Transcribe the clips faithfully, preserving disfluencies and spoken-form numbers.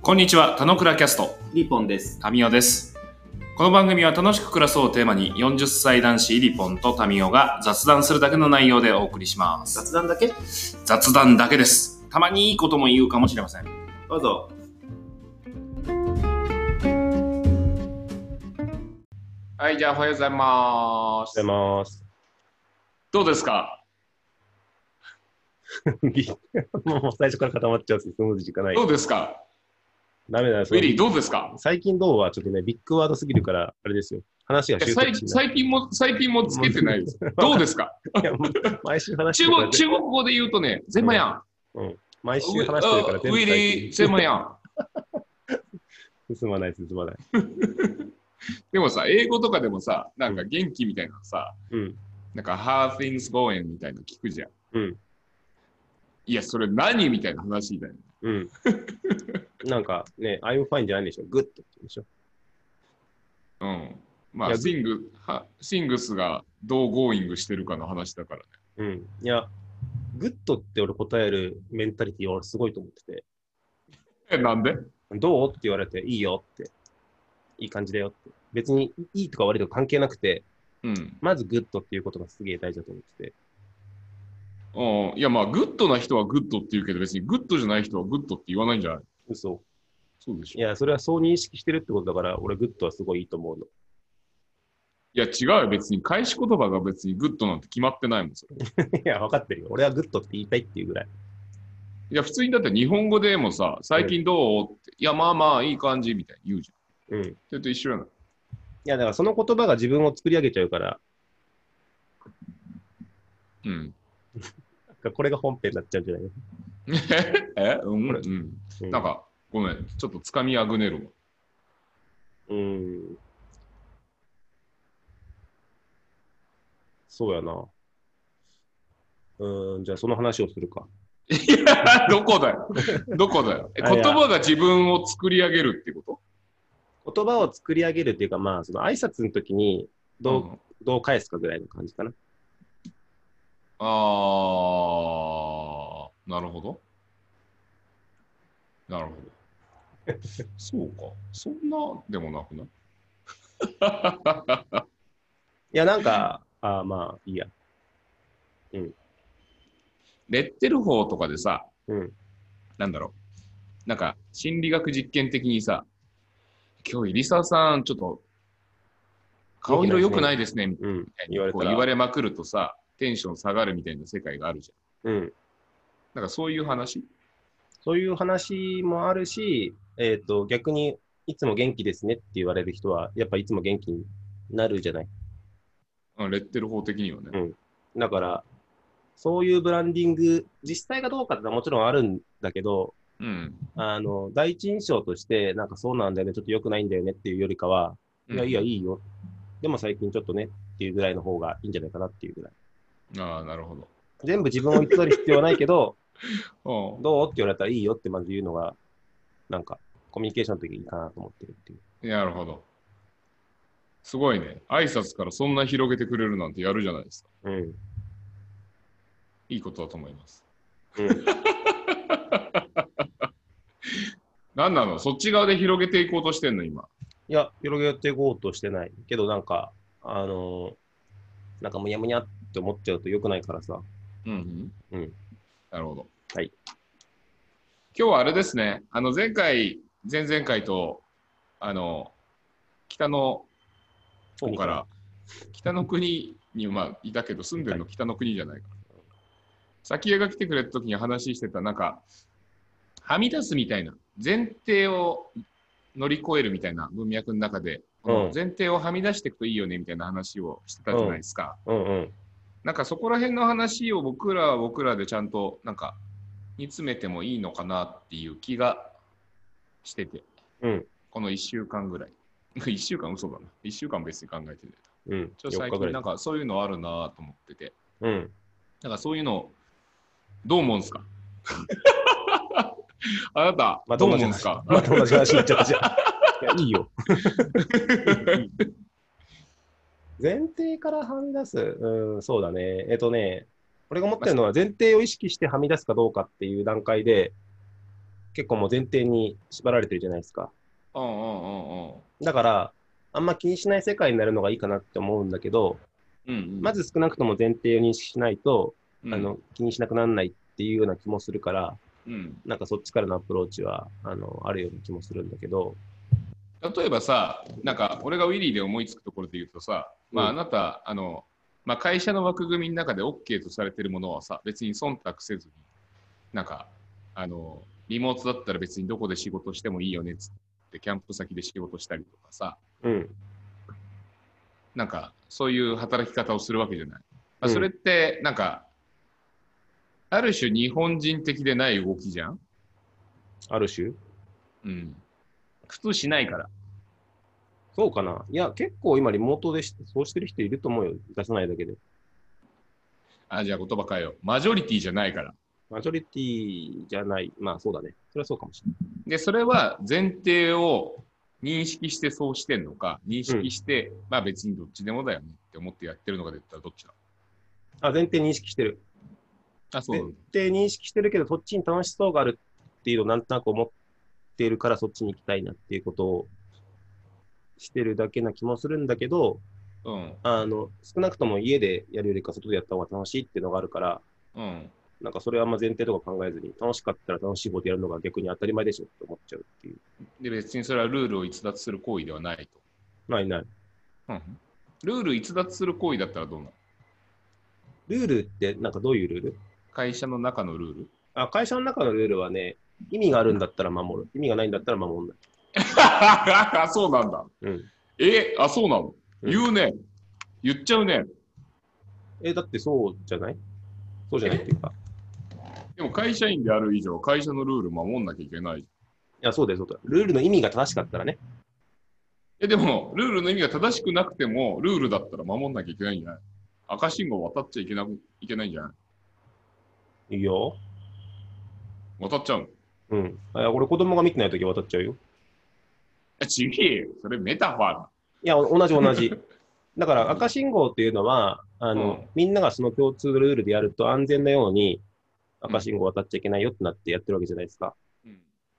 こんにちは、田野倉キャストリポンです。 タミオです。この番組は楽しく暮らそうをテーマによんじゅっさい男子リポンとタミオが雑談するだけの内容でお送りします。 雑談だけ？ 雑談だけです。たまにいいことも言うかもしれません。 どうぞ。 はい、じゃあおはようございます。おはようございます。 どうですか？ もう最初から固まっちゃうし、スムーズ時間ない。 どうですか？ ダメだよ。 ウィリーどうですか？ 最近どうはちょっとね、ビッグワードすぎるから、あれですよ。話が集中しない。 最近も、最近もつけてないです。どうですか？ いや、毎週話してるから。 中国、中国語で言うとね、ゼマヤン。 うん。うん、毎週話してるから全部。ウィリー、ゼマヤン。 進まない、進まない。 でもさ、英語とかでもさ、なんか元気みたいなのさ、 うん、 なんか How things going みたいなの聞くじゃん。 うん。 いや、それ何みたいな話だよね。 うん。なんかね、I'm fine じゃないでしょ。グッドって言うんでしょ。 うん。まあ、シング、シングスがどうゴーイングしてるかの話だからね。 うん。いや、グッドって俺答えるメンタリティは俺すごいと思ってて。 え、なんで？ どうって言われて、いいよって。いい感じだよって。別にいいとか悪いとか関係なくて、 うん、 まずグッドっていうことがすげえ大事だと思ってて。 うん。いや、まあ、グッドな人はグッドって言うけど、別にグッドじゃない人はグッドって言わないんじゃない？ 嘘。 そうでしょ。 いや、それはそう認識してるってことだから、俺グッドはすごいいいと思うの。 いや、違うよ。別に返し言葉が別にグッドなんて決まってないもん、それ。 いや、分かってるよ。俺はグッドって言いたいっていうぐらい。 いや、普通にだって日本語でもさ、最近どうって、いや、まあまあ、いい感じみたいに言うじゃん。うん。それと一緒やな。いや、だからその言葉が自分を作り上げちゃうから。 うん。 これが本編になっちゃうんじゃないの？ えうん、うん、うん。なんか、ごめん。ちょっとつかみあぐねるわ。 うーん。そうやな。うーん、じゃあその話をするか。 いや、どこだよ。どこだよ。言葉が自分を作り上げるってこと言葉を作り上げるっていうか、まあ、その挨拶の時にどう、うん、どう返すかぐらいの感じかな。 あー、なるほど。なるほど。そうか。そんなでもなくない？ いや、なんか、あまあ、いいや。うん。 レッテル法とかでさ、 うん、 なんだろう。なんか、心理学実験的にさ、今日入澤さん、ちょっと、顔色良くないですね、みたいな、うん、言われこう言われまくるとさ、テンション下がるみたいな世界があるじゃん。うん。なんかそういう話？ そういう話もあるし、えっと、逆に、いつも元気ですねって言われる人は、やっぱいつも元気になるじゃない。 うん、レッテル法的にはね。 うん。だから、そういうブランディング、実際がどうかってのはもちろんあるんだけど、うん、あの、第一印象として、なんかそうなんだよね、ちょっと良くないんだよねっていうよりかは、うん、いやいや、いいよ。でも最近ちょっとねっていうぐらいの方がいいんじゃないかなっていうぐらい。 ああ、なるほど。 全部自分を言ってる必要はないけど、どうって言われたらいいよってまず言うのが、なんか、コミュニケーションの時にいいかなと思ってるっていう。 なるほど。すごいね。挨拶からそんな広げてくれるなんてやるじゃないですか。うん。いいことだと思います。うん。何なの？そっち側で広げていこうとしてんの今。 いや、広げていこうとしてない。けどなんか、あのー、なんかむにゃむにゃって思っちゃうと良くないからさ。 うん、うん。うん。なるほど。 はい。 今日はあれですね。あの前回、前々回と、あの、北の方から、北の国に、まあ、いたけど、住んでるの北の国じゃないから。先江が来てくれた時に話してた、なんか、はみ出すみたいな、前提を乗り越えるみたいな文脈の中で、うん、前提をはみ出していくといいよねみたいな話をしてたじゃないですか。うんうんうん、なんかそこら辺の話を僕らは僕らでちゃんとなんか煮詰めてもいいのかなっていう気がしてて、うん、このいっしゅうかんぐらい。いっしゅうかん嘘だな。いっしゅうかん別に考えてて。うん、ちょっと最近なんかそういうのあるなと思ってて。うん、なんかそういうのどう思うんですか？あなた、ま、どう思うんですか？ また同じ話になっちゃったじゃん。いや、いいよ。前提からはみ出す、うん、そうだね。えっとね、俺が思ってるのは前提を意識してはみ出すかどうかっていう段階で、 結構もう前提に縛られてるじゃないですか。 うんうんうんうん。 だから、あんま気にしない世界になるのがいいかなって思うんだけど、 うんうん、 まず少なくとも前提を認識しないと、 うん、 あの気にしなくならないっていうような気もするから、 うん、 なんかそっちからのアプローチはあのあるような気もするんだけど。 例えばさ、なんか俺がウィリーで思いつくところで言うとさ、まあ、あなた、あの、まあ、会社の枠組みの中で OK とされてるものはさ、別に忖度せずに、なんか、あの、リモートだったら別にどこで仕事してもいいよねっつって、キャンプ先で仕事したりとかさ、 うん、 なんか、そういう働き方をするわけじゃない。まあ、それって、なんか、ある種日本人的でない動きじゃん。 ある種うん。普通しないから。 そうかな。いや、結構今リモートでしそうしてる人いると思うよ。出さないだけで。 あ、じゃあ言葉変えよう。マジョリティじゃないから。 マジョリティじゃない。まあそうだね。それはそうかもしれない。 で、それは前提を認識してそうしてんのか、認識して、うん、まあ別にどっちでもだよねって思ってやってるのかで言ったらどっちだ？ あ、前提認識してる。 あ、そう前提認識してるけど、そっちに楽しそうがあるっていうのをなんとなく思っているからそっちに行きたいなっていうことをしてるだけな気もするんだけど、 うん、 あの少なくとも家でやるよりか外でやった方が楽しいっていうのがあるから、 うん、 なんかそれはあんま前提とか考えずに、楽しかったら楽しいことやるのが逆に当たり前でしょって思っちゃうっていう。 で、別にそれはルールを逸脱する行為ではないと。 ないない。 うん、ルール逸脱する行為だったらどうなの？ ルールってなんかどういうルール？ 会社の中のルール？ あ、会社の中のルールはね、意味があるんだったら守る。意味がないんだったら守んない。 そうなんだ。 うん、 え、あ、そうなの？言うね。言っちゃうね。 え、だってそうじゃない？そうじゃないっていうか。 でも会社員である以上、会社のルール守んなきゃいけない。いや、そうだよ、そうだよ。ルールの意味が正しかったらね。 え、でも、ルールの意味が正しくなくても、ルールだったら守んなきゃいけないんじゃない？赤信号渡っちゃいけな、いけないんじゃない？ いいよ。 渡っちゃうの？ うん。あ、俺子供が見てないとき渡っちゃうよ。 え、ちげえよ。それメタファーだ。 いや、同じ同じ。だから赤信号っていうのは、あの、うん、みんながその共通ルールでやると安全なように赤信号渡っちゃいけないよってなってやってるわけじゃないですか。うん、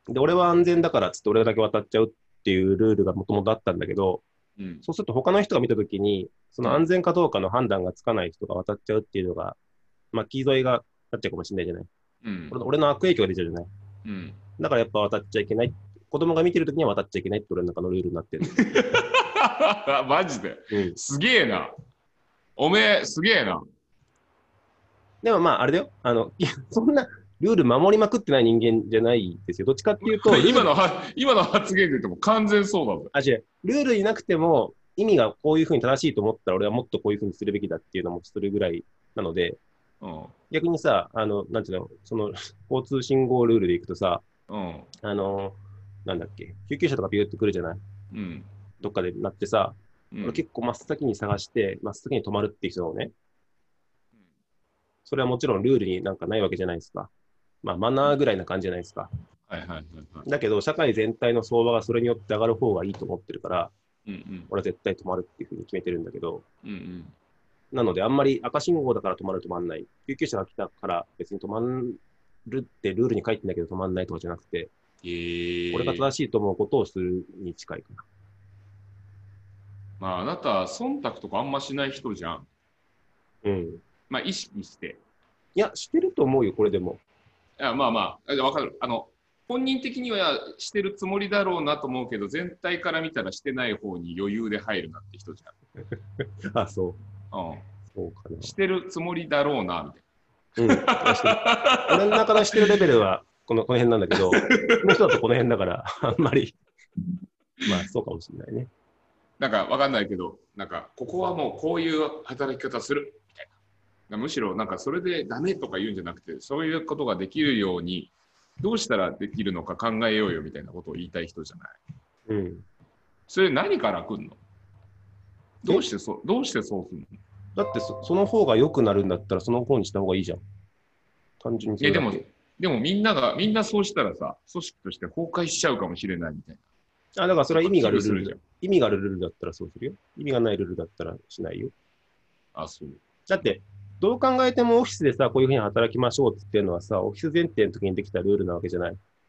で、俺は安全だからっつって俺だけ渡っちゃうっていうルールがもともとあったんだけど、うん、そうすると他の人が見たときに、その安全かどうかの判断がつかない人が渡っちゃうっていうのが、まあ、気添いがなっちゃうかもしれないじゃない。うん、俺の悪影響が出ちゃうじゃない。うん、だからやっぱ渡っちゃいけない。子供が見てるときには渡っちゃいけないって俺の中のルールになってる。 マジで、うん、すげえな。おめえ、すげえな。 でもまあ、あれだよ。あの、いや、そんなルール守りまくってない人間じゃないですよ。どっちかっていうと。 今のは、今の発言で言っても完全そうだぞ。 あ、違う。ルールになくても、意味がこういうふうに正しいと思ったら、俺はもっとこういうふうにするべきだっていうのもするぐらいなので、うん、逆にさ、あの、なんていうの、その、交通信号ルールでいくとさ、うん、あの、なんだっけ、救急車とかビューってくるじゃない、うん、どっかでなってさ、うん、俺結構真っ先に探して、真っ先に止まるっていう人をね、うん、それはもちろんルールになんかないわけじゃないですか。まあ、マナーぐらいな感じじゃないですか。はいはいはいはい、だけど、社会全体の相場がそれによって上がる方がいいと思ってるから、うんうん、俺は絶対止まるっていうふうに決めてるんだけど、うんうん、なので、あんまり赤信号だから止まる止まんない。救急車が来たから別に止まるってルールに書いてんだけど止まんないとかじゃなくて、えー、俺が正しいと思うことをするに近いかな。 まあ、あなた、忖度とかあんましない人じゃん。うん。まあ、意識して。 いや、してると思うよ、これでも。 いや、まあまあ、わかる。あの、本人的にはしてるつもりだろうなと思うけど、全体から見たらしてない方に余裕で入るなって人じゃん。あ、そう。 うん。そうかな。してるつもりだろうな、みたいな。うん。俺の中のしてるレベルはこの、この辺なんだけど、この人だとこの辺だから、あんまり、まあ、そうかもしれないね。 なんかわかんないけど、なんか、ここはもうこういう働き方するみたいな。むしろ、なんかそれでダメとか言うんじゃなくて、そういうことができるように、どうしたらできるのか考えようよみたいなことを言いたい人じゃない。うん。それ何から来るの？どうしてそう、どうしてそうするの？だってそ、その方が良くなるんだったらその方にした方がいいじゃん。単純にそれだけ。 え、でも、でもみんなが、みんなそうしたらさ、組織として崩壊しちゃうかもしれないみたいな。 あ、だからそれは意味があるルール。意味があるルールだったらそうするよ。意味がないルールだったらしないよ。 あ、そう。 だって、どう考えてもオフィスでさ、こういうふうに働きましょうっていうのはさ、オフィス前提の時にできたルールなわけじゃない。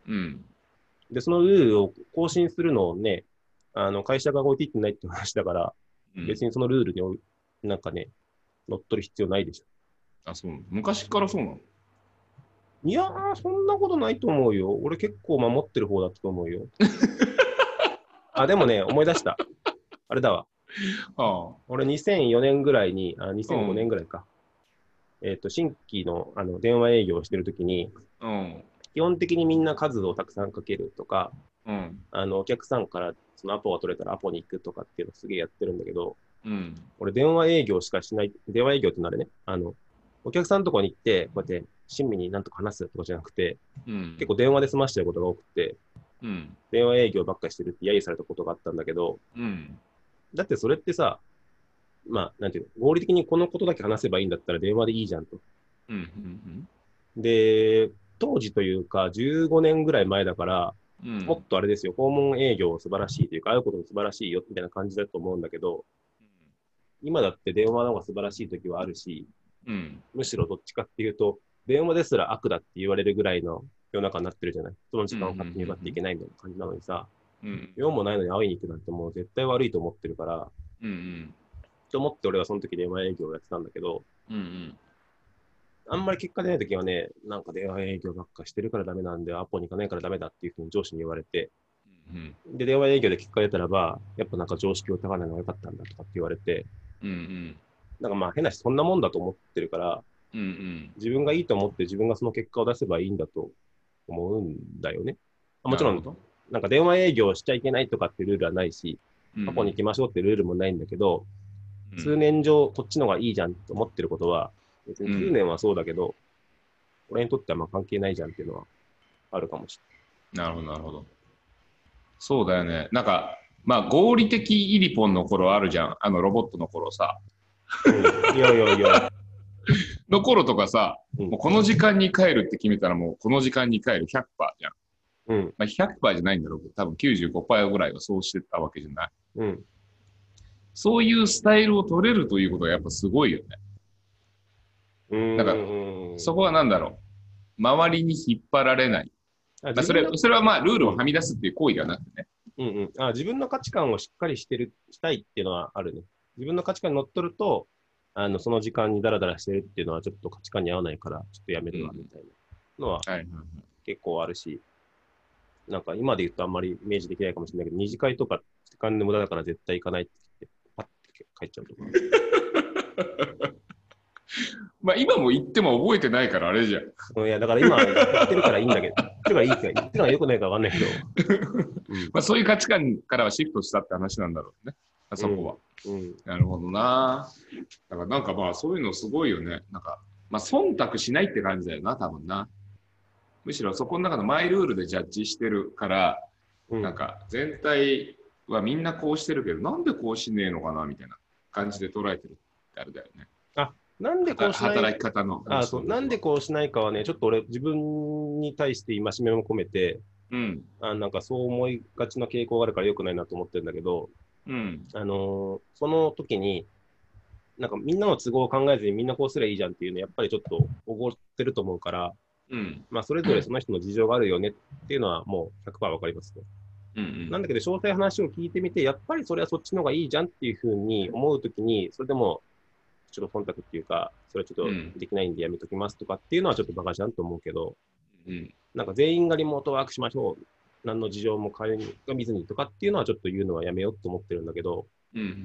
うん。 で、そのルールを更新するのをね、あの会社が置いていってないって話だから、うん、別にそのルールになんかね、乗っ取る必要ないでしょ。 あ、そう。昔からそうなの？ いやー、そんなことないと思うよ。俺結構守ってる方だったと思うよ。あ、でもね、思い出した。あれだわ。ああ俺にせんよねんぐらいに、あにせんごねんぐらいか。うん、えっ、ー、と、新規のあの電話営業をしてるときに、うん、基本的にみんな数をたくさんかけるとか、うん、あのお客さんからそのアポが取れたらアポに行くとかっていうのをすげえやってるんだけど、うん、俺電話営業しかしない、電話営業ってのあれね、あの、お客さんのとこに行って、こうやって親身になんとか話すとかじゃなくて、うん、結構電話で済ましてることが多くて、うん、電話営業ばっかりしてるって揶揄されたことがあったんだけど、うん、だってそれってさ、まあ、なんていうの、合理的にこのことだけ話せばいいんだったら電話でいいじゃんと。うんうんうん、で、当時というか、じゅうごねんぐらい前だから、うん、もっとあれですよ、訪問営業素晴らしいというか、会うことも素晴らしいよみたいな感じだと思うんだけど、うん、今だって電話の方が素晴らしい時はあるし、うん、むしろどっちかっていうと、電話ですら悪だって言われるぐらいの世の中になってるじゃない。その時間を勝手に奪っていけないみたいな感じなのにさ、うん、用もないのに会いに行くなんてもう絶対悪いと思ってるから、うんうん、と思って俺はその時電話営業をやってたんだけど、うんうん、あんまり結果出ない時はね、なんか電話営業ばっかしてるからダメなんで、アポに行かないからダメだっていうふうに上司に言われて、うんうん、で、電話営業で結果出たらば、やっぱなんか常識を高めるのが良かったんだとかって言われて、うんうん、なんかまあ変なしそんなもんだと思ってるから、うんうん、自分がいいと思って自分がその結果を出せばいいんだと思うんだよね。もちろん、なんか電話営業しちゃいけないとかってルールはないし、アポに行きましょうってルールもないんだけど、うん、数年上こっちの方がいいじゃんと思ってることは、別にきゅうねんはそうだけど、うん、俺にとってはまあ関係ないじゃんっていうのはあるかもしれない。なるほど、なるほど。そうだよね。なんか、まあ合理的イリポンの頃あるじゃん。あのロボットの頃さ。 うん、いやいやいや。 の頃とかさ、うん、もうこの時間に帰るって決めたらもうこの時間に帰る ひゃくパーセント じゃん。うん、まあ、ひゃくパーセント じゃないんだろうけど、多分 きゅうじゅうごパーセント ぐらいはそうしてたわけじゃない。うん、そういうスタイルを取れるということがやっぱすごいよね。うん、だからそこはなんだろう。周りに引っ張られない。あまあ、それそれはまあルールをはみ出すっていう行為ではなくてね。 うんうん、あ自分の価値観をしっかりしてるしたいっていうのはあるね。自分の価値観にのっとると、あのその時間にダラダラしてるっていうのはちょっと価値観に合わないから、ちょっとやめるわみたいなのは結構あるし、なんか今で言うとあんまりイメージできないかもしれないけど、二次会とか時間の無駄だから絶対行かないって言って、パッて帰っちゃうとか。 まあ今も言っても覚えてないからあれじゃん。 いやだから今言ってるからいいんだけど、言ってるからいいって言ってるのはよくないかわかんないけど。 うん、まあそういう価値観からはシフトしたって話なんだろうね。あそこは、うんうん。なるほどな。だからなんかまあそういうのすごいよね。なんか、まあ忖度しないって感じだよな、多分な。むしろそこの中のマイルールでジャッジしてるから、うん、なんか全体はみんなこうしてるけど、なんでこうしねえのかなみたいな感じで捉えてるってあれだよね。 あなんでこうしない働き方のあそうなんでこうしないかはね、ちょっと俺、自分に対して戒めも込めて、うん、あなんかそう思いがちな傾向があるから良くないなと思ってるんだけど、うん、あのー、その時に、なんかみんなの都合を考えずにみんなこうすればいいじゃんっていうのやっぱりちょっとおごってると思うから、うん、まあそれぞれその人の事情があるよねっていうのはもう ひゃくパーセント わかりますね。うんうん、なんだけど、詳細話を聞いてみて、やっぱりそれはそっちの方がいいじゃんっていうふうに思うときに、それでもちょっと忖度っていうか、それはちょっとできないんでやめときますとかっていうのはちょっとバカじゃんと思うけど、うん、なんか全員がリモートワークしましょう、何の事情も顧みずにとかっていうのはちょっと言うのはやめようと思ってるんだけど、うんうんうん、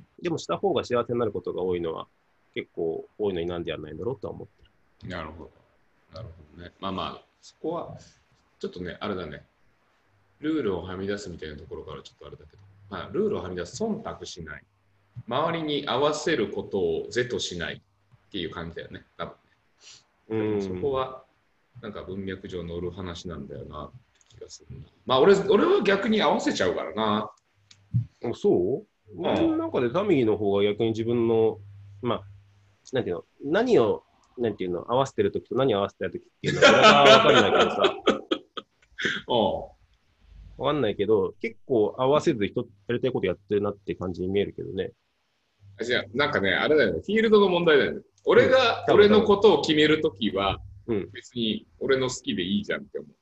でもした方が幸せになることが多いのは結構多いのになんでやらないんだろうとは思ってる。なるほど。なるほどね。まあまあ、そこはちょっとね、あれだね。ルールをはみ出すみたいなところからちょっとあれだけど、まあ、ルールをはみ出す、忖度しない。周りに合わせることを是としないっていう感じだよね、多分ね。うんそこはなんか文脈上乗る話なんだよなって気がするな。まあ俺、俺は逆に合わせちゃうからな。 そう、うん、俺の中でダミーの方が逆に自分の、まあ、なんていうの、何を、なんていうの、合わせてるときと何を合わせてるときっていうのは、俺が分かんないけどさ。分かんないけど、結構合わせず人やりたいことやってるなって感じに見えるけどね。 じゃあ、なんかね、あれだよね、フィールドの問題だよね。俺が、俺のことを決めるときは、うん、別に俺の好きでいいじゃんって思う。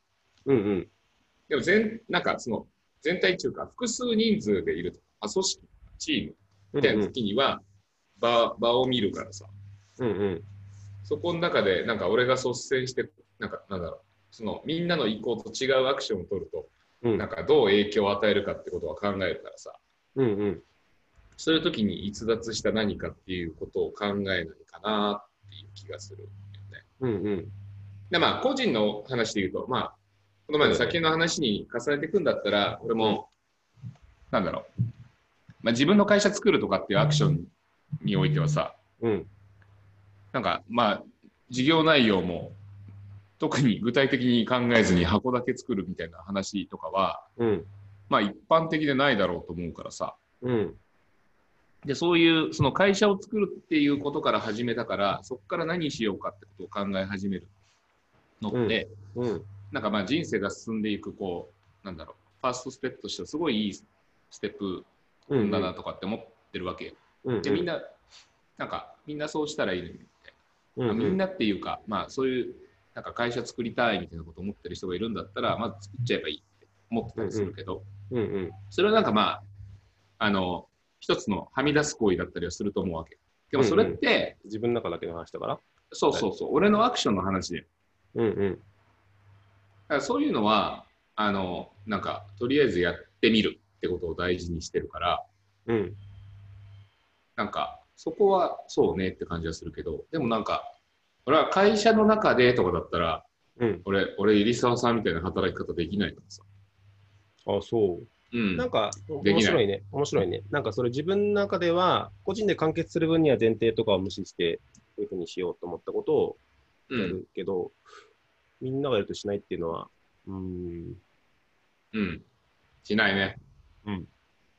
うんうん。 でも全、なんかその、全体っていうか、複数人数でいると。あ、組織、チームみたいな時には、場、場を見るからさ。 うんうん。 そこの中で、なんか俺が率先して、なんか、なんだろう、その、みんなの意向と違うアクションを取ると、 うん、 なんかどう影響を与えるかってことは考えるからさ。 うんうん。 そういう時に逸脱した何かっていうことを考えないかなっていう気がするよね。 うんうん。 で、まあ、個人の話で言うと、まあ、この前の先の話に重ねていくんだったら、俺も、なんだろう、まあ、自分の会社作るとかっていうアクションにおいてはさ、 うん、 なんか、まあ、事業内容も特に具体的に考えずに箱だけ作るみたいな話とかは、 うん、 まあ、一般的でないだろうと思うからさ。 うん、 で、そういう、その会社を作るっていうことから始めたから、そこから何しようかってことを考え始めるのって、 うん、 なんかまあ人生が進んでいく、こう、なんだろう、ファーストステップとしてはすごいいいステップ踏んだなとかって思ってるわけよ。 うんうん、 で、みんな、なんか、みんなそうしたらいいのにみたいな。 うんうん、 みんなっていうか、まあそういう、なんか会社作りたいみたいなことを思ってる人がいるんだったら、まず作っちゃえばいいって思ってたりするけど、 うんうん、 それはなんかまあ、あの、一つのはみ出す行為だったりはすると思うわけ。でもそれって、うんうん、 自分の中だけの話だから。 そうそうそう、俺のアクションの話で。 うんうん。 だからそういうのは、あの、なんか、とりあえずやってみるってことを大事にしてるから、 うん、 なんか、そこはそうねって感じはするけど、でもなんか、俺は会社の中でとかだったら、うん、俺、俺、入澤さんみたいな働き方できないからさ。 あ、そう。うん、なんか、面白いね。面白いね。なんか、それ自分の中では、個人で完結する分には前提とかを無視して、そういうふうにしようと思ったことをやるけど、うん、みんながやるとしないっていうのは、うーん。 うん。しないね。 うん。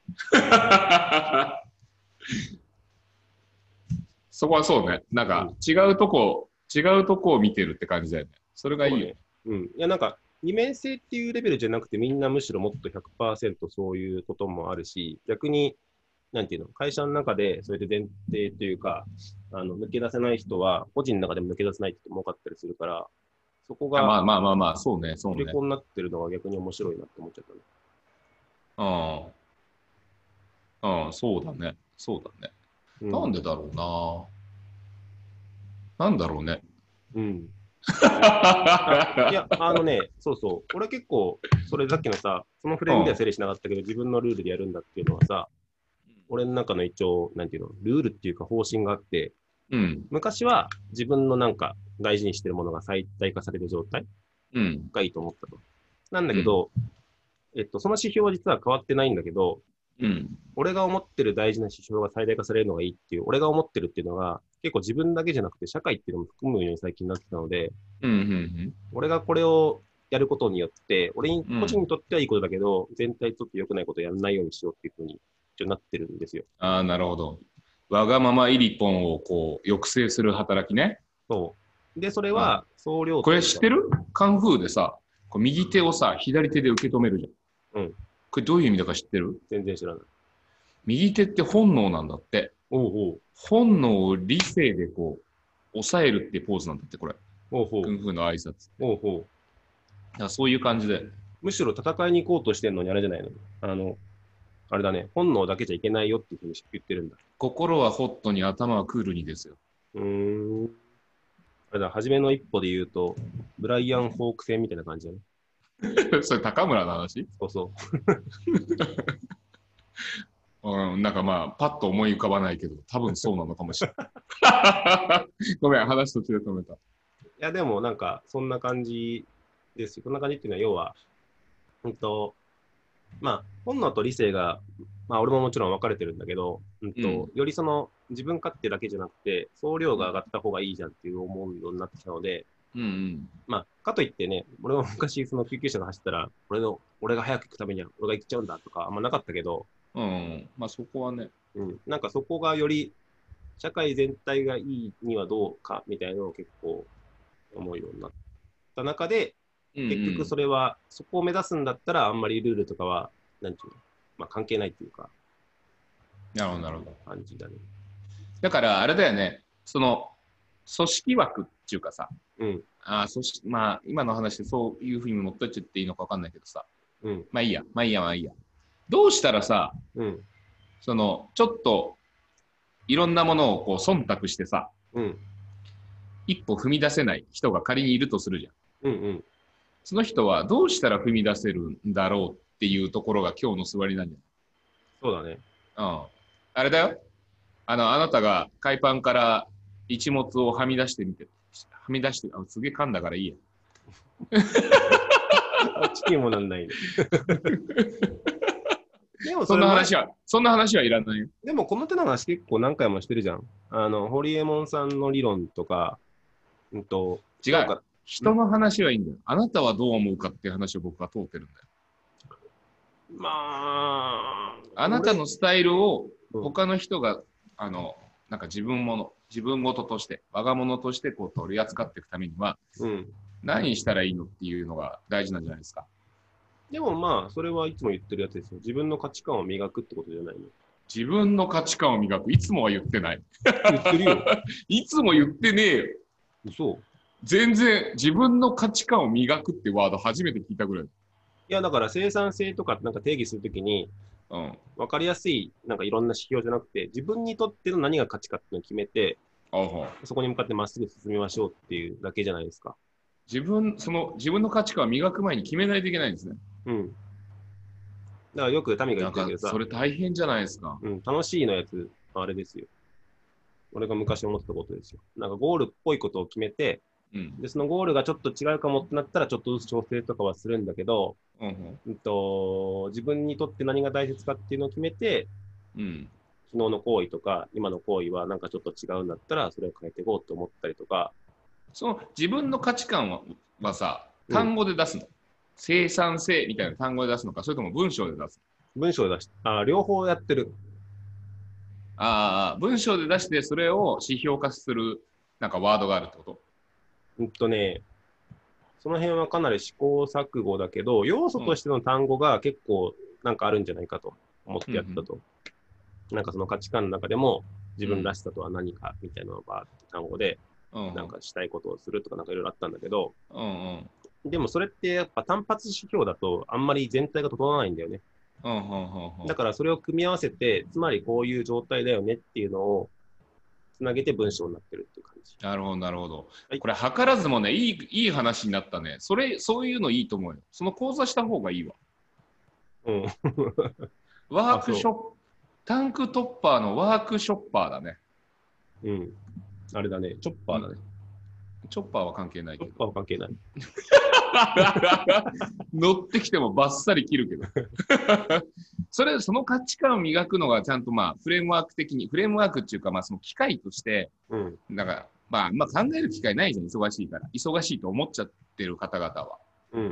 そこはそうね。なんか、違うとこ、違うとこを見てるって感じだよね。それがいいよね。 うん。いや、なんか、二面性っていうレベルじゃなくて、みんなむしろもっと ひゃくパーセント そういうこともあるし、逆に、なんていうの、会社の中で、それで前提というか、あの、抜け出せない人は、個人の中でも抜け出せないって人も多かったりするから、そこが、 まあまあまあまあ、そうね、そうね。 入れ子になってるのが逆に面白いなって思っちゃったね。 うん。うん、そうだね。そうだね。うん、なんでだろうな。なんだろうね。 うん。あいや、あのね、そうそう。俺結構、それさっきのさ、そのフレームでは整理しなかったけど、自分のルールでやるんだっていうのはさ、俺の中の一応、なんていうの、ルールっていうか方針があって、うん、昔は自分のなんか大事にしてるものが最大化される状態がいいと思ったと。うん、なんだけど、うん、えっと、その指標は実は変わってないんだけど、うん、俺が思ってる大事な指標が最大化されるのがいいっていう、俺が思ってるっていうのが、結構自分だけじゃなくて社会っていうのも含むように最近なってたので、うんうんうん、俺がこれをやることによって、俺に個人にとってはいいことだけど、うん、全体にとって良くないことをやらないようにしようっていうふうになってるんですよ。 ああ、なるほど。わがままイリポンをこう抑制する働きね。 そう。で、それは総量。 これ知ってる？カンフーでさ、こう右手をさ、左手で受け止めるじゃん。うん。これどういう意味だか知ってる？ 全然知らない。 右手って本能なんだって。おうおう。本能を理性でこう、抑えるってポーズなんだって、これ。おうおう。カンフーの挨拶。おうおう。だからそういう感じで。 むしろ戦いに行こうとしてるのにあれじゃないの？あの、あれだね、本能だけじゃいけないよっていうふうに言ってるんだ。 心はホットに頭はクールにですよ。 うーん。あれだ、初めの一歩で言うと、ブライアン・フォーク戦みたいな感じだね。それ高村の話？ そうそう。 うん、なんかまあ、パッと思い浮かばないけど、多分そうなのかもしれない。ごめん、話途中で止めた。いや、でもなんか、そんな感じですよ。こんな感じっていうのは、要は、うんと、まあ、本能と理性が、まあ、俺ももちろん分かれてるんだけど、うんと、うん、よりその、自分勝手だけじゃなくて、総量が上がった方がいいじゃんっていう思うようになってきたので、うんうん、まあ、かといってね、俺も昔、その救急車が走ったら、俺の、俺が早く行くためには、俺が行っちゃうんだとか、あんまなかったけど、 うん、まあそこはね、 うん、なんかそこがより、社会全体がいいにはどうかみたいなのを結構思うようになった中で、結局それは、そこを目指すんだったら、あんまりルールとかは、なんていうの、まあ関係ないっていうか。 なるほど、なるほど。 感じだね。 だから、あれだよね、その、組織枠っていうかさ、うん、 あそしまあ、今の話でそういうふうに持ってっちゃっていいのか分かんないけどさ。 うん。 まあいいや、まあいいや、まあいいや。どうしたらさ、 うん。 その、ちょっと、いろんなものをこう忖度してさ、 うん。 一歩踏み出せない人が仮にいるとするじゃん。 うんうん。 その人はどうしたら踏み出せるんだろうっていうところが今日の座りなんじそうだね。 ゃない？うん。あれだよ。あの、あなたが海パンから一物をはみ出してみて、はみ出して、あ、すげえ噛んだからいいや。 あっちにもなんないね。でもそんな話は、そんな話はいらないよ。 でもこの手の話結構何回もしてるじゃん。あの、ホリエモンさんの理論とか、うんと、 違う。人の話はいいんだよ。あなたはどう思うかっていう話を僕は通ってるんだよ。 まあ、 あなたのスタイルをうん他の人が、あの、なんか自分もの、自分事として、我が物としてこう取り扱っていくためには、 うん。 何したらいいのっていうのが大事なんじゃないですか。 でもまあ、それはいつも言ってるやつですよ。自分の価値観を磨くってことじゃないの。 自分の価値観を磨く。いつもは言ってない。 言ってるよ。 いつも言ってねえよ。 嘘。 全然自分の価値観を磨くってワード初めて聞いたぐらい。 いや、だから生産性とかなんか定義するときに、 うん。 分かりやすい、なんかいろんな指標じゃなくて、自分にとっての何が価値かっていうのを決めて、 あはそこに向かってまっすぐ進みましょうっていうだけじゃないですか。 自分、その自分の価値観を磨く前に決めないといけないんですね。 うん。だからよくタミがなんか言ってるけどさ、 それ大変じゃないですか。 うん、楽しいのやつ、あれですよ。俺が昔思ってたことですよ。なんかゴールっぽいことを決めて、 うん。 で、そのゴールがちょっと違うかもってなったら、ちょっとずつ調整とかはするんだけど、 うんうんうんと、自分にとって何が大切かっていうのを決めて、 うん。 昨日の行為とか、今の行為はなんかちょっと違うんだったら、それを変えていこうと思ったりとか。 その自分の価値観ははさ、単語で出すの、うん、生産性みたいな単語で出すのか、それとも文章で出すの？文章で出し、あ、両方やってる。 ああ、文章で出して、それを指標化する、なんかワードがあるってこと？ うんとね、その辺はかなり試行錯誤だけど、要素としての単語が結構なんかあるんじゃないかと思ってやったと。うんうん、なんかその価値観の中でも自分らしさとは何かみたいなのが単語で、うんうん、なんかしたいことをするとかなんかいろいろあったんだけど、うんうん、でもそれってやっぱ単発指標だとあんまり全体が整わないんだよね。うんうんうんうん、だからそれを組み合わせて、つまりこういう状態だよねっていうのをつなげて文章になってるっていう感じ。 なるほど、なるほど。はい、これ、図らずもね、いい、いい話になったね。それ、そういうのいいと思うよ。その講座した方がいいわ。うん。ワークショップ、タンクトッパーのワークショッパーだね。 うん。あれだね、チョッパーだね。 うん、チョッパーは関係ないけど。 チョッパーは関係ない。 乗ってきてもバッサリ切るけど。それ、その価値観を磨くのがちゃんとまあフレームワーク的に、フレームワークっていうかまあその機械として、うん、だからまあ、まあ考える機会ないじゃん、忙しいから。忙しいと思っちゃってる方々は。うん。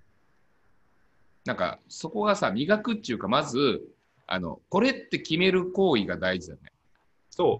なんかそこがさ、磨くっていうか、まず、あの、これって決める行為が大事だね。 そう。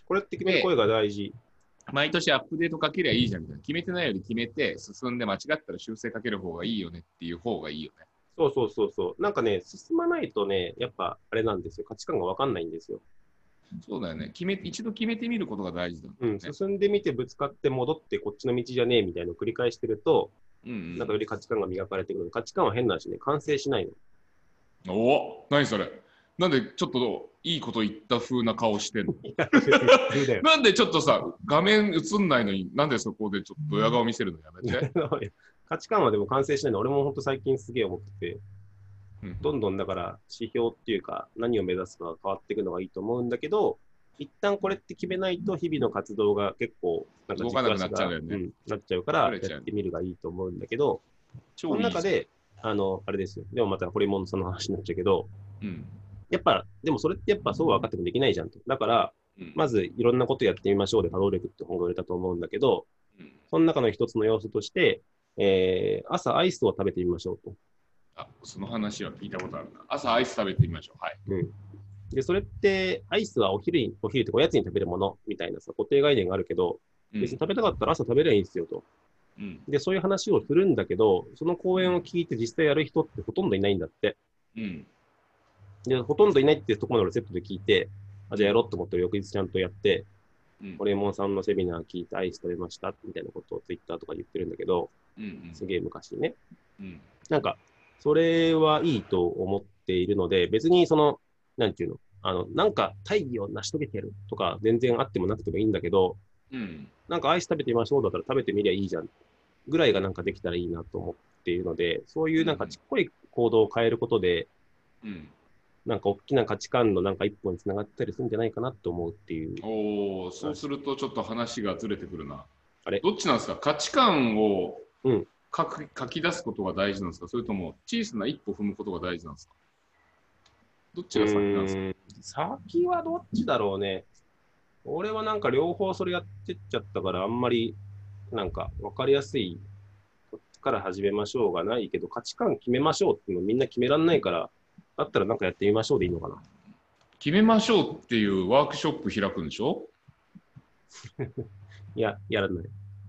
これって決める行為が大事。 毎年アップデートかけりゃいいじゃんみたいな。決めてないより決めて、進んで間違ったら修正かける方がいいよねっていう方がいいよね。 そうそうそうそう。なんかね、進まないとね、やっぱあれなんですよ。価値観が分かんないんですよ。 そうだよね。決め一度決めてみることが大事だ、ね。 うん。進んでみてぶつかって戻ってこっちの道じゃねえみたいなのを繰り返してると、うんうん、なんかより価値観が磨かれてくる。価値観は変な話ね、完成しないの。おお、何それ。なんでちょっといいこと言った風な顔してんの？なんでちょっとさ、画面映んないのになんでそこでちょっとドヤ顔見せるのやめて。 価値観はでも完成しないの。俺も本当最近すげえ思ってて、うん、どんどんだから指標っていうか何を目指すかが変わっていくのがいいと思うんだけど、一旦これって決めないと日々の活動が結構なんか動かなくなっちゃうよね、 うん、なっちゃうからやってみるがいいと思うんだけど、その中で、あの、あれですよ。でもまたホリモンさんの話になっちゃうけど、うん、やっぱ、でもそれってやっぱそう分かってもできないじゃんと。だから、うん、まずいろんなことやってみましょうで、稼働力って本が売れたと思うんだけど、うん、その中の一つの要素として、えー、朝アイスを食べてみましょうと。 あ、その話は聞いたことあるな。朝アイス食べてみましょう。はい。 うん。で、それって、アイスはお昼に、お昼っておやつに食べるものみたいなさ、固定概念があるけど、うん、別に食べたかったら朝食べればいいんですよと。うん、で、そういう話をするんだけど、その講演を聞いて実際やる人ってほとんどいないんだって。うん、で、ほとんどいないっていうところまで俺セットで聞いて、あ、じゃあやろうと思って翌日ちゃんとやって、 ホリエモンさんのセミナー聞いてアイス食べましたみたいなことをツイッターとか言ってるんだけど、 うんうん、 すげえ昔にね。 うん、 なんか、それはいいと思っているので、別にその、なんていうの、あの、なんか大義を成し遂げてるとか、全然あってもなくてもいいんだけど、 うん、 なんかアイス食べてみましょうだったら食べてみりゃいいじゃんぐらいがなんかできたらいいなと思っているので、そういうなんかちっこい行動を変えることで、 うん、 なんか大きな価値観のなんか一歩につながったりするんじゃないかなと思うっていう。 おお、そうするとちょっと話がずれてくるな。 あれどっちなんですか？価値観をうん書く書き出すことが大事なんですか？それとも小さな一歩踏むことが大事なんですか？どっちが先なんですか？先はどっちだろうね。俺はなんか両方それやってっちゃったから、あんまりなんか分かりやすい、こっちから始めましょうがないけど、価値観決めましょうっていうのみんな決めらんないから、だったらなんかやってみましょうでいいのかな。 決めましょうっていうワークショップ開くんでしょ？ いや、やらない。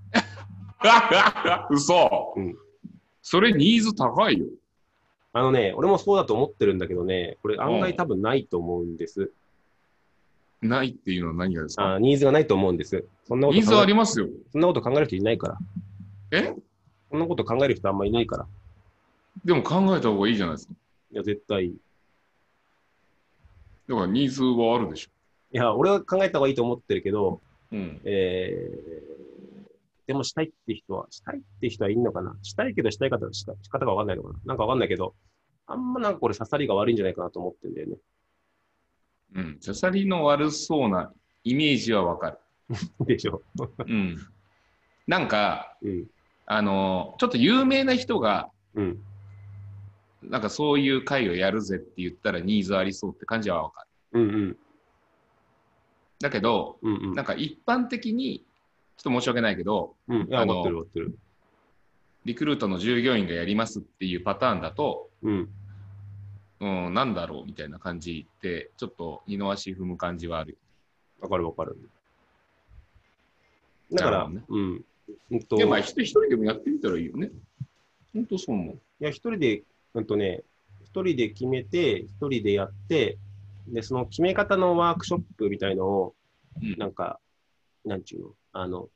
嘘、うん、それニーズ高いよ。 あのね、俺もそうだと思ってるんだけどね、これ案外多分ないと思うんです。 うん、ないっていうのは何がですか？ あ、ニーズがないと思うんです。そんなことニーズありますよ。 そんなこと考える人いないから。 え？ そんなこと考える人あんまりいないから。 でも考えた方がいいじゃないですか。 いや、絶対いい。 だからニーズはあるでしょ。 いや、俺は考えた方がいいと思ってるけど、 うん、 えー、でもしたいって人は、したいって人はいいのかな？したいけどしたい方しか仕方がわかんないのかな？なんかわかんないけど、あんまなんかこれ刺さりが悪いんじゃないかなと思ってんだよね。 うん、刺さりの悪そうなイメージはわかる。 でしょ。 うん。なんか、 うん、 あの、ちょっと有名な人が、 うん、 なんかそういう会をやるぜって言ったらニーズありそうって感じはわかる。うんうん。 だけど、 うんうん、 なんか一般的に、ちょっと申し訳ないけど、 うん、いや、 あ思ってるの、 思ってる。 リクルートの従業員がやりますっていうパターンだと、 うん。 うん、なんだろうみたいな感じで、ちょっと二の足踏む感じはある。 わかるわかる。だから、ね、うん。 うんと、いや、まあ、一人でもやってみたらいいよね。本当そう思う。いや、一人で、うんとね、一人で決めて、一人でやって、で、その決め方のワークショップみたいのを、うん、なんか、なんちゅうの、あの、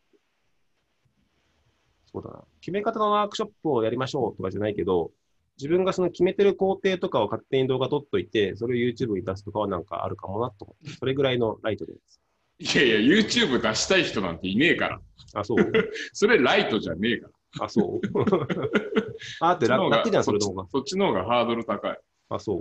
そうだな、決め方のワークショップをやりましょうとかじゃないけど、自分がその決めてる工程とかを勝手に動画撮っといて、それを YouTube に出すとかはなんかあるかもなと思って、それぐらいのライトです。 いやいや、YouTube 出したい人なんていねえから。 あ、そうそれライトじゃねえから。 あ、そうあ、って楽じゃん、それの方が。 そっちの方がハードル高い。 あ、そう。うん。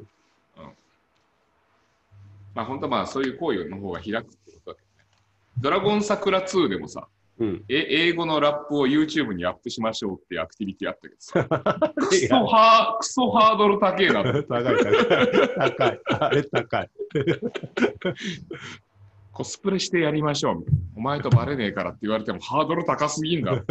まあ本当はまあそういう行為の方が開くってことだけどね。ドラゴン桜ツーでもさ、うん、え英語のラップを YouTube にアップしましょうっていうアクティビティあったけどさ、クソハー、クソハードル高えな。 高い高い。高い。あれ高い。 コスプレしてやりましょうみたいな。お前とバレねえからって言われてもハードル高すぎんだろ。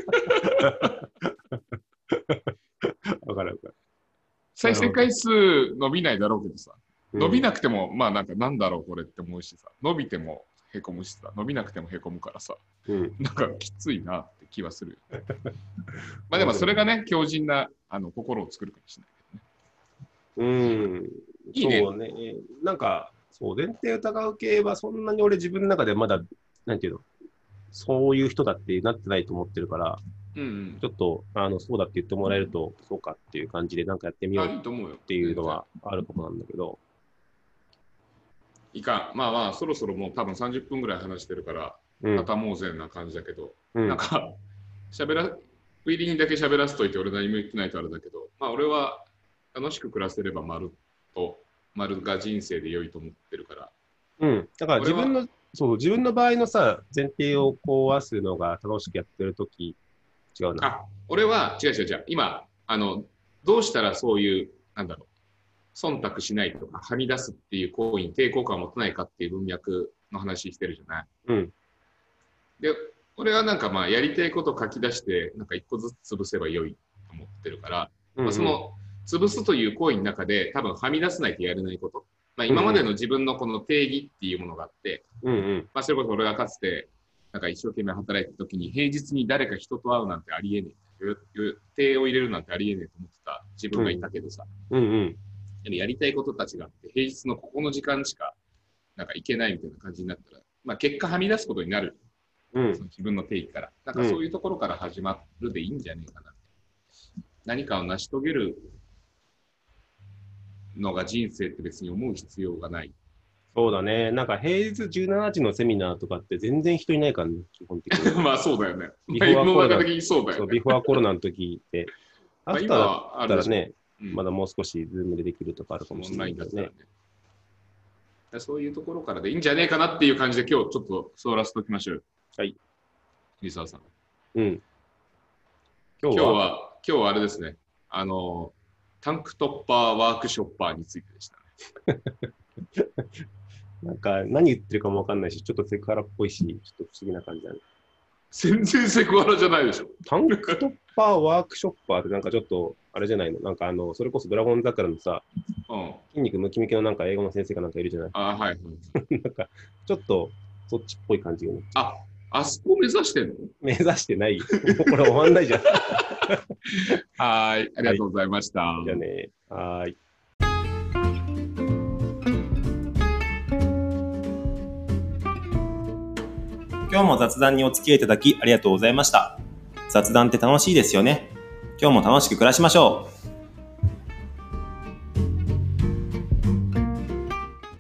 わかるわかる。 再生回数伸びないだろうけどさ、伸びなくても、まあなんかなんだろうこれって思うしさ、伸びてもへこむしさ、伸びなくてもへこむからさ、うん、なんかきついなって気はするよ。まあでもそれがね、強靭なあの心を作るかもしれないけどね。 うん、いいね。そうね。なんか、そう、前提疑う系はそんなに俺自分の中でまだ、なんていうの、そういう人だってなってないと思ってるから、うんうん、ちょっとあのそうだって言ってもらえると、うん、そうかっていう感じでなんかやってみようっていうのはあるかもなんだけど。 いかん。まあまあ、そろそろもう多分さんじゅっぷんぐらい話してるから、またもうぜんな感じだけど、うん、なんか、喋ら、ウィリーにだけ喋らせといて俺何も言ってないとあれだけど、まあ俺は楽しく暮らせれば丸と、丸が人生で良いと思ってるから。 うん。だから自分の、そう自分の場合のさ、前提を壊すのが楽しくやってるとき、違うな。 あ、俺は、違う違う違う。今、あの、どうしたらそういう、なんだろう、忖度しないとか、はみ出すっていう行為に抵抗感を持たないかっていう文脈の話してるじゃない。うん。で、俺はなんかまあ、やりたいことを書き出して、なんか一個ずつ潰せば良いと思ってるから、うんうん、まあ、その、潰すという行為の中で多分はみ出さないとやれないこと。まあ、今までの自分のこの定義っていうものがあって、うんうん、まあ、それこそ俺がかつてなんか一生懸命働いた時に平日に誰か人と会うなんてありえねえ、予定を入れるなんてありえねえと思ってた自分がいたけどさ、うんうんうん、やりたいことたちがあって平日のここの時間しかなんか行けないみたいな感じになったらまあ、結果はみ出すことになる、 うん、 その自分の定義から。なんかそういうところから始まるでいいんじゃねえかな。うん、何かを成し遂げるのが人生って別に思う必要がない。 そうだね。なんか平日じゅうしちじのセミナーとかって全然人いないからね、基本的に。 まあそうだよね。 ビフォーコロナ、 そうだよね。 ビフォーコロナの時って、 あったらね、うん、まだもう少しズームでできるとかあるかもしれないけどね。 そういうところからでいいんじゃねえかなっていう感じで今日ちょっと座らせておきましょう。 はい。 桐沢さん。 うん。 今日は、今日は、今日はあれですね。あの、タンクトッパーワークショッパーについてでしたね。 なんか何言ってるかもわかんないし、ちょっとセクハラっぽいし、ちょっと不思議な感じだね。 全然セクハラじゃないでしょ。 タンクトッパーワークショッパーってなんかちょっと、あれじゃないのなんかあの、それこそドラゴン桜のさ、うん、筋肉ムキムキのなんか英語の先生かなんかいるじゃない。 あ、はい。 なんか、ちょっとそっちっぽい感じよね。 あ、あそこ目指してんの？ 目指してない。もうこれ終わんないじゃん。 はい、ありがとうございました。 はい、じゃあね。はい。今日も雑談にお付き合いいただきありがとうございました。雑談って楽しいですよね。今日も楽しく暮らしましょう。